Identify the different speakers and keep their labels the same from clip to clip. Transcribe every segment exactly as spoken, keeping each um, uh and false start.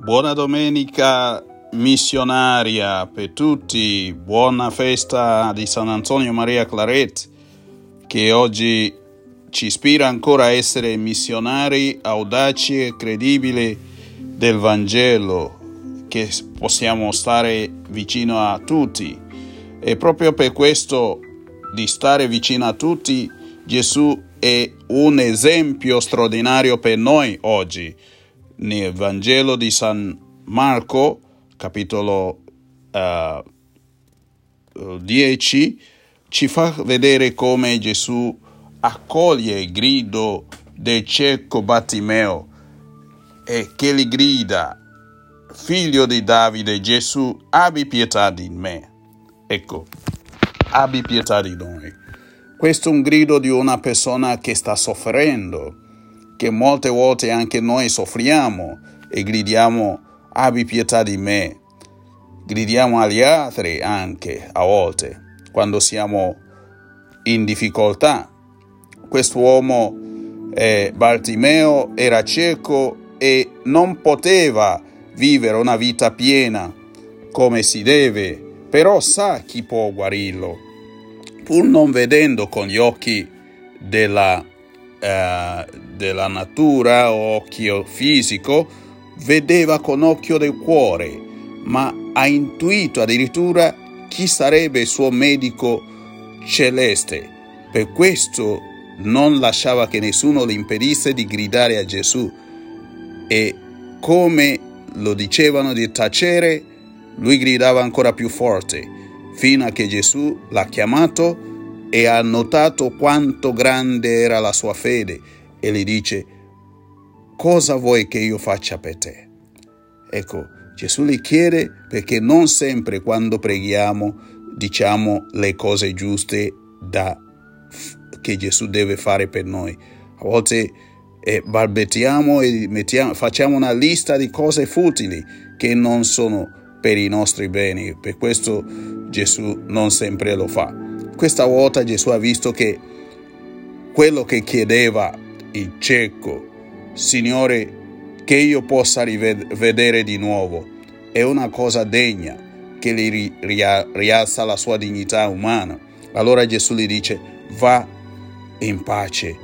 Speaker 1: Buona domenica missionaria per tutti, buona festa di San Antonio Maria Claret, che oggi ci ispira ancora a essere missionari audaci e credibili del Vangelo, che possiamo stare vicino a tutti. E proprio per questo di stare vicino a tutti, Gesù è un esempio straordinario per noi oggi. Nel Vangelo di San Marco, capitolo uh, dieci, ci fa vedere come Gesù accoglie il grido del cieco Bartimeo e che gli grida: figlio di Davide, Gesù, abbi pietà di me. Ecco, abbi pietà di noi. Questo è un grido di una persona che sta soffrendo, che molte volte anche noi soffriamo e gridiamo: abbi pietà di me. Gridiamo agli altri anche a volte quando siamo in difficoltà. Quest'uomo eh, Bartimeo era cieco e non poteva vivere una vita piena come si deve, però sa chi può guarirlo. Pur non vedendo con gli occhi della Uh, della natura o occhio fisico, vedeva con occhio del cuore, ma ha intuito addirittura chi sarebbe il suo medico celeste. Per questo non lasciava che nessuno le impedisse di gridare a Gesù, e come lo dicevano di tacere, lui gridava ancora più forte, fino a che Gesù l'ha chiamato e ha notato quanto grande era la sua fede e gli dice: cosa vuoi che io faccia per te? Ecco, Gesù gli chiede perché non sempre quando preghiamo diciamo le cose giuste da, che Gesù deve fare per noi. A volte eh, balbettiamo e mettiamo, facciamo una lista di cose futili che non sono per i nostri beni. Per questo Gesù non sempre lo fa. Questa volta Gesù ha visto che quello che chiedeva il cieco, Signore, che io possa rivedere di nuovo, è una cosa degna che gli rialza la sua dignità umana. Allora Gesù gli dice: va in pace,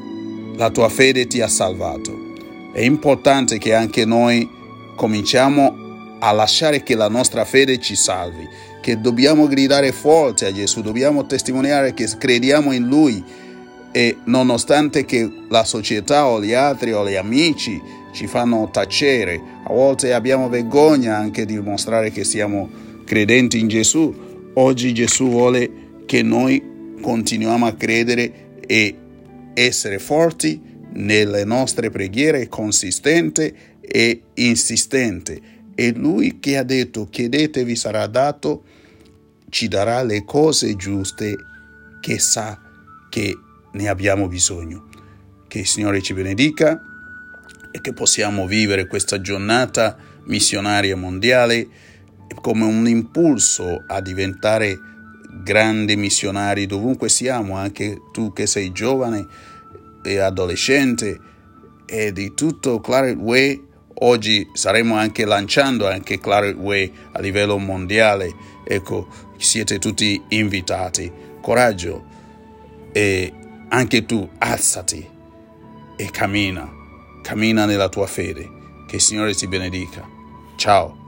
Speaker 1: la tua fede ti ha salvato. È importante che anche noi cominciamo a lasciare che la nostra fede ci salvi, che dobbiamo gridare forte a Gesù, dobbiamo testimoniare che crediamo in Lui, e nonostante che la società o gli altri o gli amici ci fanno tacere, a volte abbiamo vergogna anche di dimostrare che siamo credenti in Gesù. Oggi Gesù vuole che noi continuiamo a credere e essere forti nelle nostre preghiere, consistente e insistente. E Lui che ha detto: chiedete vi sarà dato, ci darà le cose giuste che sa che ne abbiamo bisogno. Che il Signore ci benedica e che possiamo vivere questa giornata missionaria mondiale come un impulso a diventare grandi missionari dovunque siamo, anche tu che sei giovane e adolescente e di tutto Claret Way. Oggi saremo anche lanciando anche Claret Way a livello mondiale. Ecco, siete tutti invitati. Coraggio, e anche tu alzati e cammina, cammina nella tua fede. Che il Signore ti benedica. Ciao.